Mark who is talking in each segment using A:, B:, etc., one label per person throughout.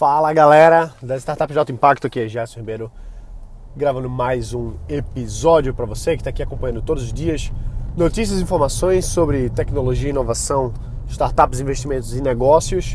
A: Fala galera da Startup de Alto Impacto, aqui é Gerson Ribeiro, gravando mais um episódio para você que está aqui acompanhando todos os dias notícias e informações sobre tecnologia, inovação, startups, investimentos e negócios.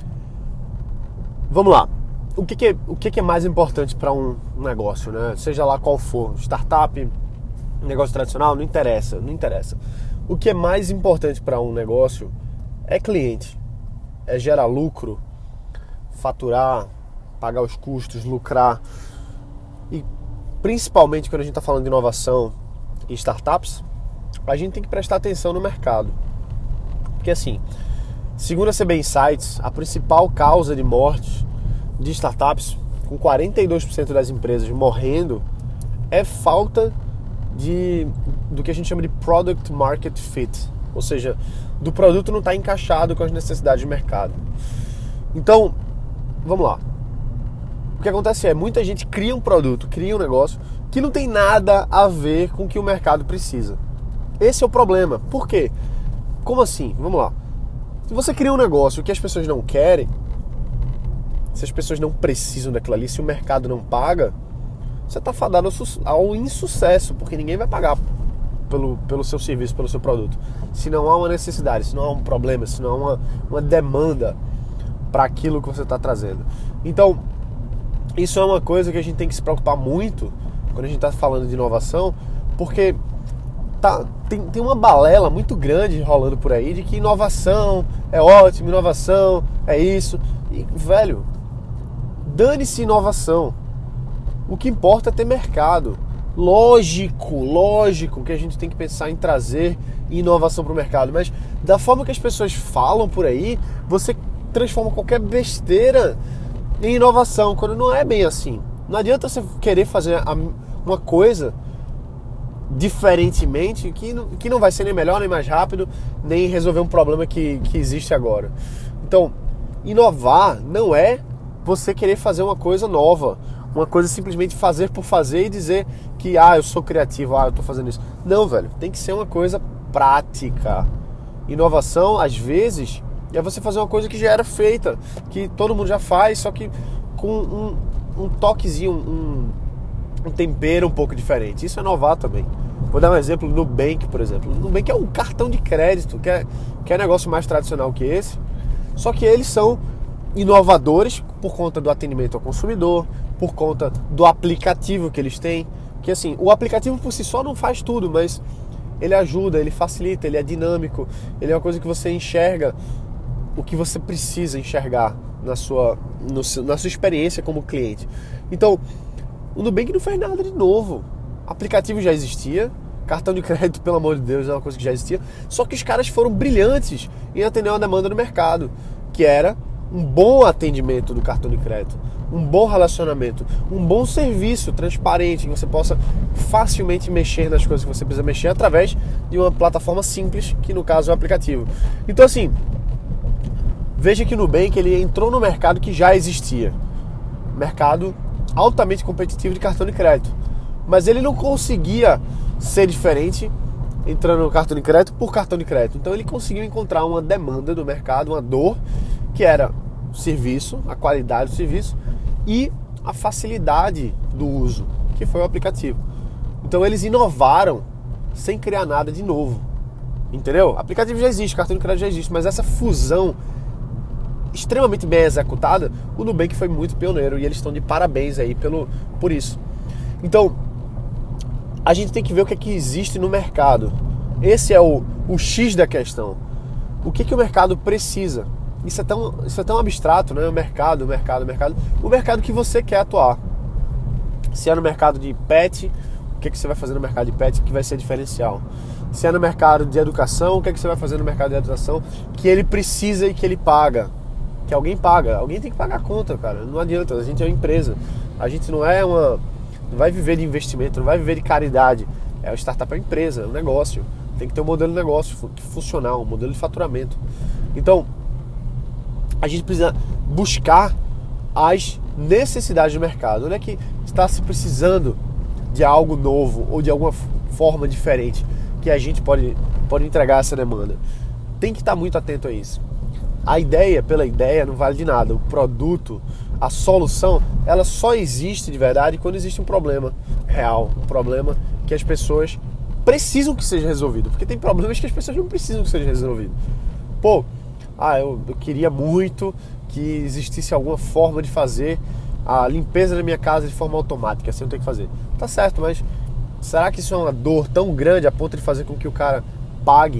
A: Vamos lá, o que é mais importante para um negócio, né? Seja lá qual for, startup, negócio tradicional, não interessa. O que é mais importante para um negócio é cliente, é gerar lucro, faturar, pagar os custos, lucrar. E principalmente quando a gente está falando de inovação e startups, a gente tem que prestar atenção no mercado. Porque assim, segundo a CB Insights, a principal causa de mortes de startups, com 42% das empresas morrendo, é falta do que a gente chama de Product Market Fit. Ou seja, do produto não estar encaixado com as necessidades do mercado. Então, vamos lá. O que acontece é, muita gente cria um produto, cria um negócio que não tem nada a ver com o que o mercado precisa. Esse é o problema. Por quê? Como assim? Vamos lá. Se você cria um negócio que as pessoas não querem, se as pessoas não precisam daquilo ali, se o mercado não paga, você está fadado ao insucesso, porque ninguém vai pagar pelo seu serviço, pelo seu produto. Se não há uma necessidade, se não há um problema, se não há uma demanda para aquilo que você está trazendo. Então, isso é uma coisa que a gente tem que se preocupar muito quando a gente está falando de inovação, porque tem uma balela muito grande rolando por aí de que inovação é ótimo, inovação é isso. E, velho, dane-se inovação. O que importa é ter mercado. Lógico que a gente tem que pensar em trazer inovação para o mercado, mas da forma que as pessoas falam por aí, você transforma qualquer besteira em inovação, quando não é bem assim. Não adianta você querer fazer uma coisa diferentemente que não vai ser nem melhor, nem mais rápido, nem resolver um problema que existe agora. Então, inovar não é você querer fazer uma coisa nova, uma coisa simplesmente fazer por fazer e dizer que eu sou criativo, eu tô fazendo isso. Não, velho, tem que ser uma coisa prática. Inovação, às vezes, é você fazer uma coisa que já era feita, que todo mundo já faz, só que com um toquezinho, um tempero um pouco diferente. Isso é inovar também. Vou dar um exemplo, Nubank, por exemplo. Nubank é um cartão de crédito, que é negócio mais tradicional que esse, só que eles são inovadores por conta do atendimento ao consumidor, por conta do aplicativo que eles têm, que assim, o aplicativo por si só não faz tudo, mas ele ajuda, ele facilita, ele é dinâmico, ele é uma coisa que você enxerga o que você precisa enxergar na sua experiência como cliente. Então, o Nubank não fez nada de novo. Aplicativo já existia, cartão de crédito, pelo amor de Deus, é uma coisa que já existia, só que os caras foram brilhantes em atender uma demanda do mercado, que era um bom atendimento do cartão de crédito, um bom relacionamento, um bom serviço transparente, que você possa facilmente mexer nas coisas que você precisa mexer através de uma plataforma simples, que no caso é o aplicativo. Então assim, veja que o Nubank ele entrou no mercado que já existia, mercado altamente competitivo de cartão de crédito, mas ele não conseguia ser diferente entrando no cartão de crédito por cartão de crédito. Então ele conseguiu encontrar uma demanda do mercado, uma dor, que era o serviço, a qualidade do serviço e a facilidade do uso, que foi o aplicativo. Então eles inovaram sem criar nada de novo, entendeu? O aplicativo já existe, cartão de crédito já existe, mas essa fusão extremamente bem executada, o Nubank foi muito pioneiro e eles estão de parabéns aí por isso. Então, a gente tem que ver o que é que existe no mercado. Esse é o X da questão. O que o mercado precisa? Isso é tão abstrato, né? O mercado. O mercado que você quer atuar. Se é no mercado de pet, o que você vai fazer no mercado de pet que vai ser diferencial? Se é no mercado de educação, o que você vai fazer no mercado de educação que ele precisa e que ele paga? Que alguém paga. Alguém tem que pagar a conta, cara. Não adianta, a gente é uma empresa. A gente não vai viver de investimento, não vai viver de caridade. É uma startup, é uma empresa, é um negócio. Tem que ter um modelo de negócio funcional, um modelo de faturamento. Então, a gente precisa buscar as necessidades do mercado. Onde é que está se precisando de algo novo ou de alguma forma diferente que a gente pode entregar essa demanda? Tem que estar muito atento a isso. A ideia pela ideia não vale de nada. O produto, A solução, ela só existe de verdade quando existe um problema real, um problema que as pessoas precisam que seja resolvido, porque tem problemas que as pessoas não precisam que seja resolvido. Pô, eu queria muito que existisse alguma forma de fazer a limpeza da minha casa de forma automática, assim eu tenho que fazer. Tá certo, mas será que isso é uma dor tão grande a ponto de fazer com que o cara pague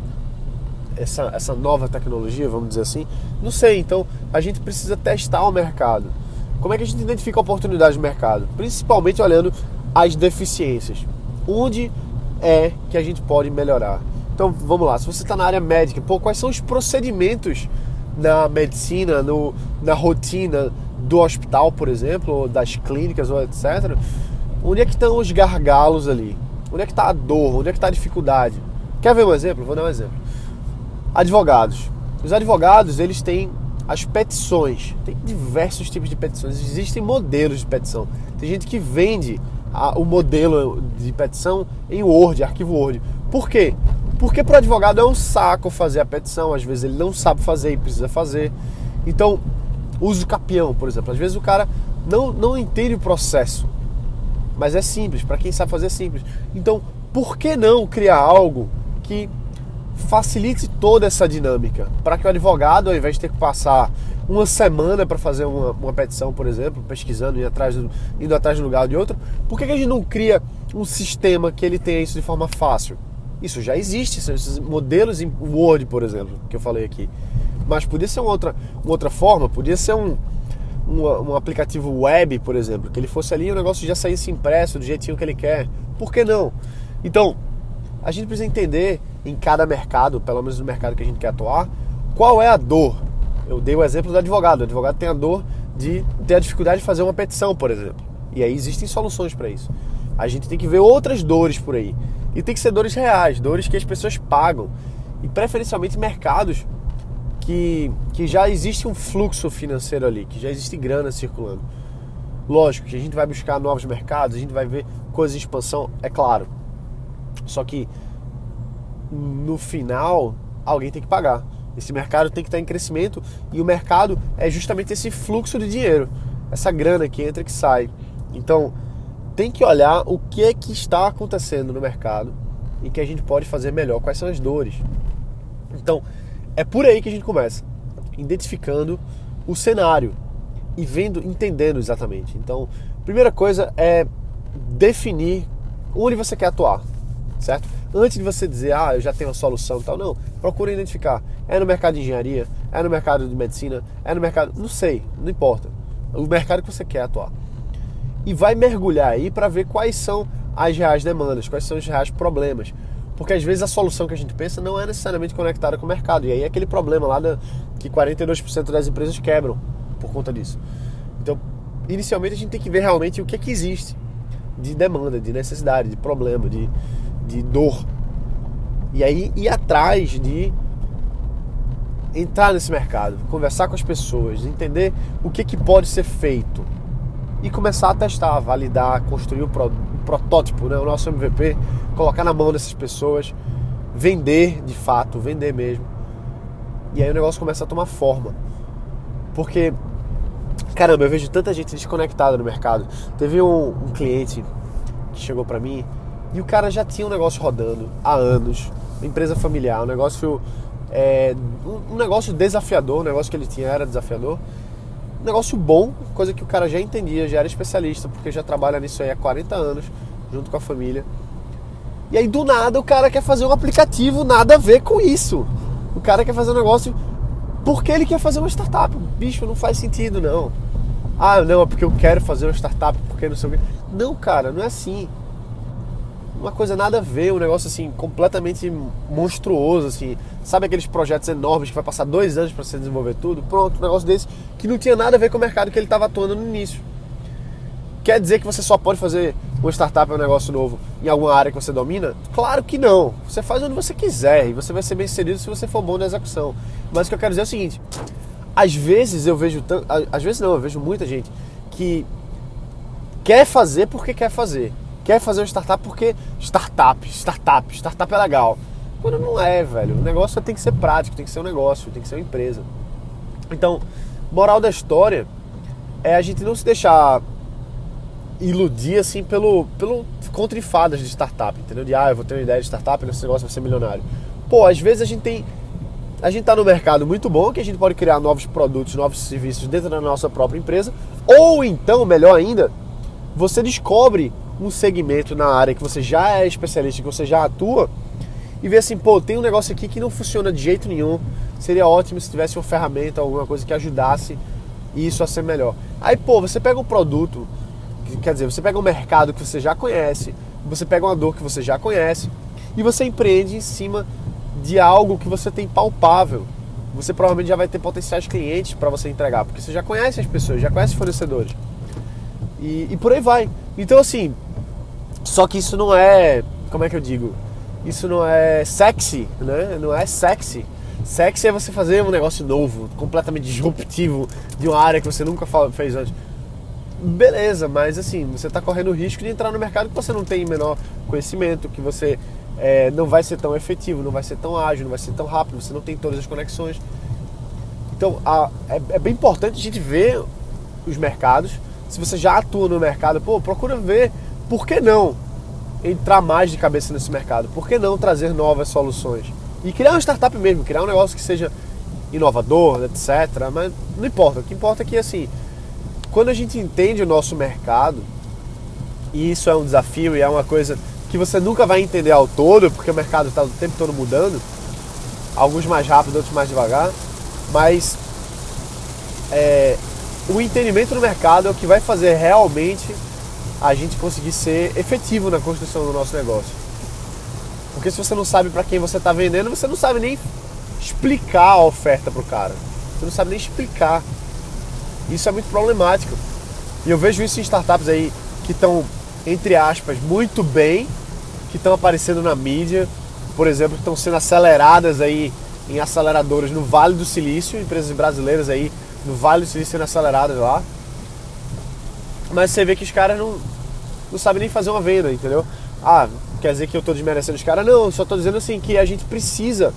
A: essa nova tecnologia, vamos dizer assim? Não sei, então a gente precisa testar o mercado. Como é que a gente identifica oportunidades de mercado? Principalmente olhando as deficiências. Onde é que a gente pode melhorar? Então vamos lá, se você está na área médica, quais são os procedimentos na medicina, na rotina do hospital, por exemplo, ou das clínicas, ou etc. Onde é que estão os gargalos ali? Onde é que está a dor? Onde é que está a dificuldade? Quer ver um exemplo? Vou dar um exemplo. Advogados. Os advogados, eles têm as petições. Tem diversos tipos de petições. Existem modelos de petição. Tem gente que vende o modelo de petição em Word, arquivo Word. Por quê? Porque para o advogado é um saco fazer a petição. Às vezes ele não sabe fazer e precisa fazer. Então, uso capião, por exemplo. Às vezes o cara não entende o processo. Mas é simples. Para quem sabe fazer é simples. Então, por que não criar algo que facilite toda essa dinâmica, para que o advogado, ao invés de ter que passar uma semana para fazer uma petição, por exemplo, pesquisando, indo atrás de um lugar ou de outro, por que a gente não cria um sistema que ele tenha isso de forma fácil? Isso já existe, são esses modelos em Word, por exemplo, que eu falei aqui. Mas podia ser uma outra forma, podia ser um aplicativo web, por exemplo, que ele fosse ali e o negócio já saísse impresso do jeitinho que ele quer. Por que não? Então, a gente precisa entender em cada mercado, pelo menos no mercado que a gente quer atuar, qual é a dor. Eu dei o exemplo do advogado. O advogado tem a dor de ter a dificuldade de fazer uma petição, por exemplo. E aí existem soluções para isso. A gente tem que ver outras dores por aí. E tem que ser dores reais, dores que as pessoas pagam. E preferencialmente mercados que já existe um fluxo financeiro ali, que já existe grana circulando. Lógico que a gente vai buscar novos mercados, a gente vai ver coisas em expansão, é claro. Só que no final alguém tem que pagar. Esse mercado tem que estar em crescimento e o mercado é justamente esse fluxo de dinheiro, essa grana que entra e que sai. Então tem que olhar o que é que está acontecendo no mercado e que a gente pode fazer melhor, quais são as dores. Então é por aí que a gente começa, identificando o cenário e entendendo exatamente. Então, primeira coisa é definir onde você quer atuar, certo? Antes de você dizer, eu já tenho a solução e tal, não, procura identificar. É no mercado de engenharia, é no mercado de medicina, é no mercado, não sei, não importa. O mercado que você quer atuar. E vai mergulhar aí para ver quais são as reais demandas, quais são os reais problemas. Porque às vezes a solução que a gente pensa não é necessariamente conectada com o mercado. E aí é aquele problema lá que 42% das empresas quebram por conta disso. Então, inicialmente a gente tem que ver realmente o que é que existe de demanda, de necessidade, de problema, de dor. E aí ir atrás de entrar nesse mercado, conversar com as pessoas, entender o que pode ser feito e começar a testar, validar, construir o protótipo, né, o nosso MVP, colocar na mão dessas pessoas, vender de fato, vender mesmo. E aí o negócio começa a tomar forma. Porque, caramba, eu vejo tanta gente desconectada no mercado. Teve um cliente que chegou pra mim e o cara já tinha um negócio rodando há anos, uma empresa familiar, um negócio desafiador, um negócio que ele tinha era desafiador, um negócio bom, coisa que o cara já entendia, já era especialista, porque já trabalha nisso aí há 40 anos, junto com a família. E aí do nada o cara quer fazer um aplicativo nada a ver com isso. O cara quer fazer um negócio porque ele quer fazer uma startup. Bicho, não faz sentido não. Não, é porque eu quero fazer uma startup, porque não sei o quê. Não, cara, não é assim. Uma coisa nada a ver, um negócio assim completamente monstruoso, assim. Sabe aqueles projetos enormes que vai passar 2 anos para se desenvolver tudo? Pronto, um negócio desse que não tinha nada a ver com o mercado que ele estava atuando no início. Quer dizer que você só pode fazer uma startup, um negócio novo, em alguma área que você domina? Claro que não. Você faz onde você quiser e você vai ser bem sucedido se você for bom na execução. Mas o que eu quero dizer é o seguinte: às vezes eu vejo eu vejo muita gente que quer fazer porque quer fazer. Quer fazer uma startup porque startup é legal. Quando não é, velho. O negócio tem que ser prático, tem que ser um negócio, tem que ser uma empresa. Então, moral da história é a gente não se deixar iludir assim pelo conto de fadas de startup, entendeu? Eu vou ter uma ideia de startup, esse negócio vai ser milionário. Pô, às vezes a gente tá no mercado muito bom, que a gente pode criar novos produtos, novos serviços dentro da nossa própria empresa, ou então, melhor ainda, você descobre um segmento na área que você já é especialista, que você já atua, e vê assim, pô, tem um negócio aqui que não funciona de jeito nenhum, seria ótimo se tivesse uma ferramenta, alguma coisa que ajudasse isso a ser melhor. Aí, pô, você pega um produto, quer dizer, você pega um mercado que você já conhece, você pega uma dor que você já conhece, e você empreende em cima de algo que você tem palpável. Você provavelmente já vai ter potenciais clientes para você entregar, porque você já conhece as pessoas, já conhece os fornecedores. E por aí vai. Então assim, só que isso não é, como é que eu digo? Isso não é sexy, né? Não é sexy. Sexy é você fazer um negócio novo, completamente disruptivo, de uma área que você nunca fez antes. Beleza, mas assim, você está correndo o risco de entrar no mercado que você não tem menor conhecimento, que você não vai ser tão efetivo, não vai ser tão ágil, não vai ser tão rápido, você não tem todas as conexões. Então é bem importante a gente ver os mercados. Se você já atua no mercado, pô, procura ver por que não entrar mais de cabeça nesse mercado, por que não trazer novas soluções e criar uma startup mesmo, criar um negócio que seja inovador, etc. Mas não importa, o que importa é que assim, quando a gente entende o nosso mercado, e isso é um desafio e é uma coisa que você nunca vai entender ao todo, porque o mercado está o tempo todo mudando, alguns mais rápido, outros mais devagar, mas o entendimento do mercado é o que vai fazer realmente a gente conseguir ser efetivo na construção do nosso negócio. Porque se você não sabe para quem você está vendendo, você não sabe nem explicar a oferta para o cara. Você não sabe nem explicar. Isso é muito problemático. E eu vejo isso em startups aí que estão, entre aspas, muito bem, que estão aparecendo na mídia, por exemplo, que estão sendo aceleradas aí em aceleradoras no Vale do Silício, empresas brasileiras aí no Vale do Silício sendo aceleradas lá. Mas você vê que os caras não sabem nem fazer uma venda, entendeu? Quer dizer que eu estou desmerecendo os caras? Não, só estou dizendo assim que a gente precisa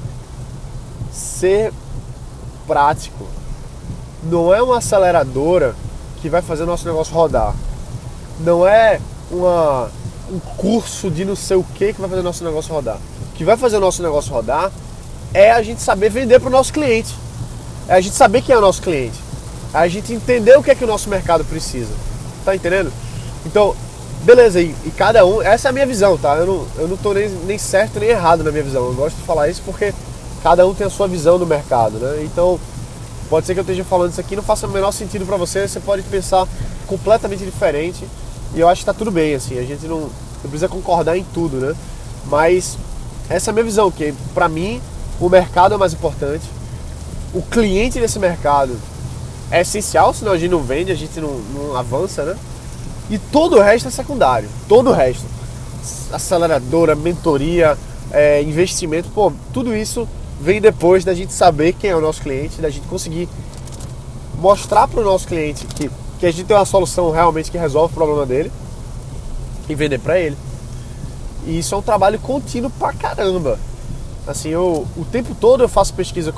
A: ser prático. Não é uma aceleradora que vai fazer o nosso negócio rodar. Não é um curso de não sei o que vai fazer o nosso negócio rodar. O que vai fazer o nosso negócio rodar é a gente saber vender para o nosso cliente. É a gente saber quem é o nosso cliente. É a gente entender o que é que o nosso mercado precisa. Tá entendendo? Então, beleza, e cada um... Essa é a minha visão, tá? Eu não tô nem certo nem errado na minha visão. Eu gosto de falar isso porque cada um tem a sua visão do mercado, né? Então, pode ser que eu esteja falando isso aqui e não faça o menor sentido para você. Você pode pensar completamente diferente. E eu acho que tá tudo bem, assim. A gente não precisa concordar em tudo, né? Mas essa é a minha visão, que pra mim o mercado é o mais importante. O cliente desse mercado é essencial, senão a gente não vende, a gente não avança, né? E todo o resto é secundário. Todo o resto. Aceleradora, mentoria, investimento, pô, tudo isso vem depois da gente saber quem é o nosso cliente, da gente conseguir mostrar para o nosso cliente que a gente tem uma solução realmente que resolve o problema dele e vender para ele. E isso é um trabalho contínuo pra caramba. Assim, o tempo todo eu faço pesquisa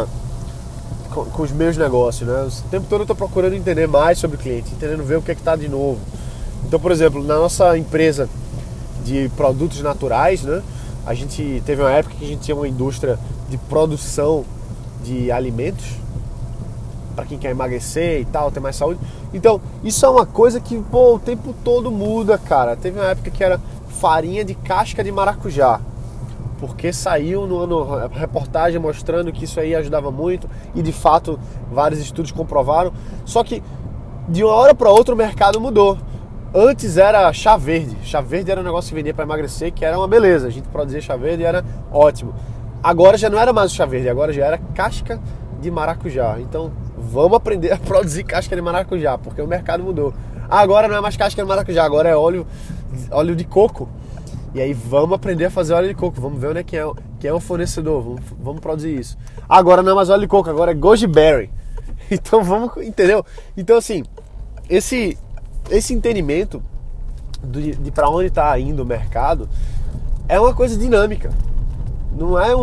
A: com os meus negócios, né? O tempo todo eu estou procurando entender mais sobre o cliente, entendendo ver o que é que está de novo. Então, por exemplo, na nossa empresa de produtos naturais, né? A gente teve uma época que a gente tinha uma indústria de produção de alimentos para quem quer emagrecer e tal, ter mais saúde. Então, isso é uma coisa que, pô, o tempo todo muda, cara. Teve uma época que era farinha de casca de maracujá, porque saiu no reportagem mostrando que isso aí ajudava muito e de fato vários estudos comprovaram. Só que de uma hora para outra o mercado mudou. Antes era chá verde. Chá verde era um negócio que vendia para emagrecer, que era uma beleza. A gente produzia chá verde e era ótimo. Agora já não era mais o chá verde, agora já era casca de maracujá. Então vamos aprender a produzir casca de maracujá, porque o mercado mudou. Agora não é mais casca de maracujá, agora é óleo de coco. E aí vamos aprender a fazer óleo de coco. Vamos ver onde é quem é o fornecedor. Vamos produzir isso. Agora não é mais óleo de coco, agora é goji berry. Então vamos, entendeu? Então assim, esse entendimento de para onde está indo o mercado é uma coisa dinâmica. Não é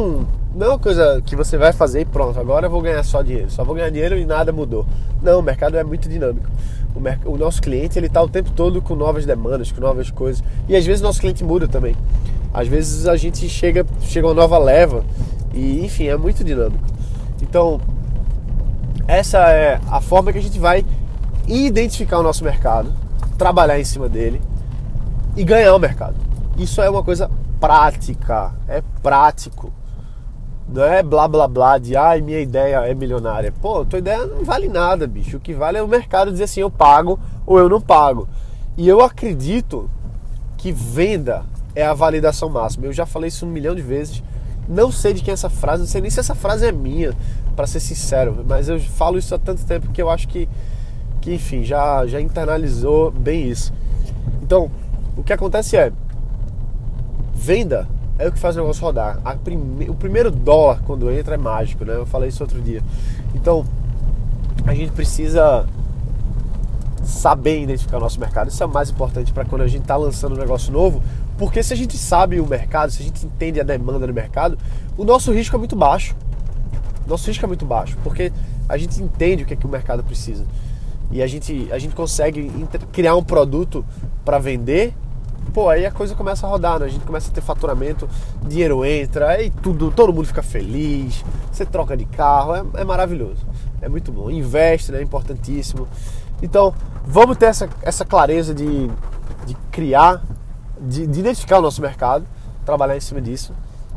A: Não é uma coisa que você vai fazer e pronto, agora eu vou ganhar só dinheiro. Só vou ganhar dinheiro e nada mudou. Não, o mercado é muito dinâmico. O nosso cliente, ele está o tempo todo com novas demandas, com novas coisas. E às vezes o nosso cliente muda também. Às vezes a gente chega uma nova leva. E enfim, é muito dinâmico. Então, essa é a forma que a gente vai identificar o nosso mercado, trabalhar em cima dele e ganhar o mercado. Isso é uma coisa prática, é prático. Não é blá blá blá de minha ideia é milionária. Pô, tua ideia não vale nada, bicho. O que vale é o mercado dizer assim, eu pago ou eu não pago. E eu acredito que venda é a validação máxima. Eu já falei isso 1 milhão de vezes. Não sei de quem é essa frase, não sei nem se essa frase é minha, para ser sincero. Mas eu falo isso há tanto tempo que eu acho que enfim, já internalizou bem isso. Então, o que acontece é, venda é o que faz o negócio rodar. O primeiro dólar quando entra é mágico, né? Eu falei isso outro dia. Então, a gente precisa saber identificar o nosso mercado. Isso é o mais importante para quando a gente está lançando um negócio novo, porque se a gente sabe o mercado, se a gente entende a demanda do mercado, o nosso risco é muito baixo. Nosso risco é muito baixo, porque a gente entende o que é que o mercado precisa. E a gente consegue criar um produto para vender. Pô, aí a coisa começa a rodar, né? A gente começa a ter faturamento, dinheiro entra, aí todo mundo fica feliz, você troca de carro, é maravilhoso, é muito bom. Investe, né? É importantíssimo. Então, vamos ter essa clareza de criar, de identificar o nosso mercado, trabalhar em cima disso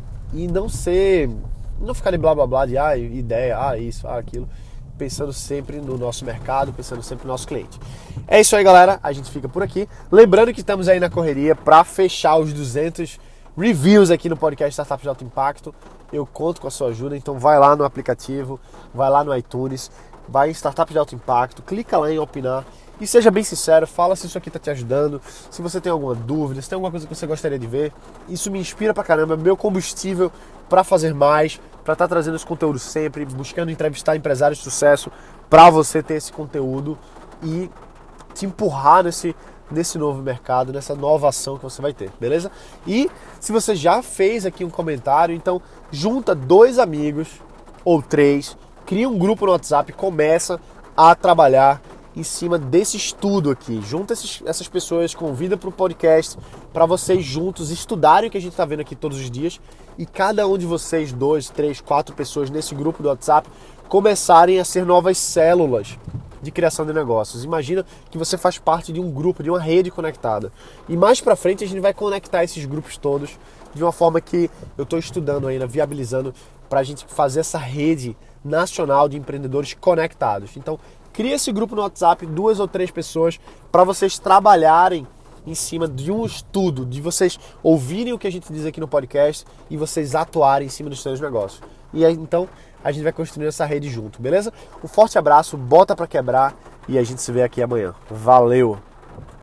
A: e não ficar de blá blá blá de ideia, isso, aquilo, pensando sempre no nosso mercado, pensando sempre no nosso cliente. É isso aí, galera. A gente fica por aqui. Lembrando que estamos aí na correria para fechar os 200 reviews aqui no podcast Startup de Alto Impacto. Eu conto com a sua ajuda, então vai lá no aplicativo, vai lá no iTunes, vai em Startup de Alto Impacto, clica lá em opinar e seja bem sincero, fala se isso aqui está te ajudando, se você tem alguma dúvida, se tem alguma coisa que você gostaria de ver. Isso me inspira pra caramba, é meu combustível para fazer mais, para estar trazendo esse conteúdo sempre, buscando entrevistar empresários de sucesso para você ter esse conteúdo e te empurrar nesse novo mercado, nessa nova ação que você vai ter, beleza? E se você já fez aqui um comentário, então junta 2 amigos ou 3, cria um grupo no WhatsApp, começa a trabalhar em cima desse estudo aqui. Junta essas pessoas, convida para o podcast, para vocês juntos estudarem o que a gente está vendo aqui todos os dias e cada um de vocês, 2, 3, 4 pessoas nesse grupo do WhatsApp, começarem a ser novas células de criação de negócios. Imagina que você faz parte de um grupo, de uma rede conectada. E mais para frente a gente vai conectar esses grupos todos de uma forma que eu estou estudando ainda, viabilizando para a gente fazer essa rede nacional de empreendedores conectados. Então, cria esse grupo no WhatsApp, 2 ou 3 pessoas, para vocês trabalharem em cima de um estudo, de vocês ouvirem o que a gente diz aqui no podcast e vocês atuarem em cima dos seus negócios. E aí, então, a gente vai construindo essa rede junto, beleza? Um forte abraço, bota pra quebrar e a gente se vê aqui amanhã. Valeu!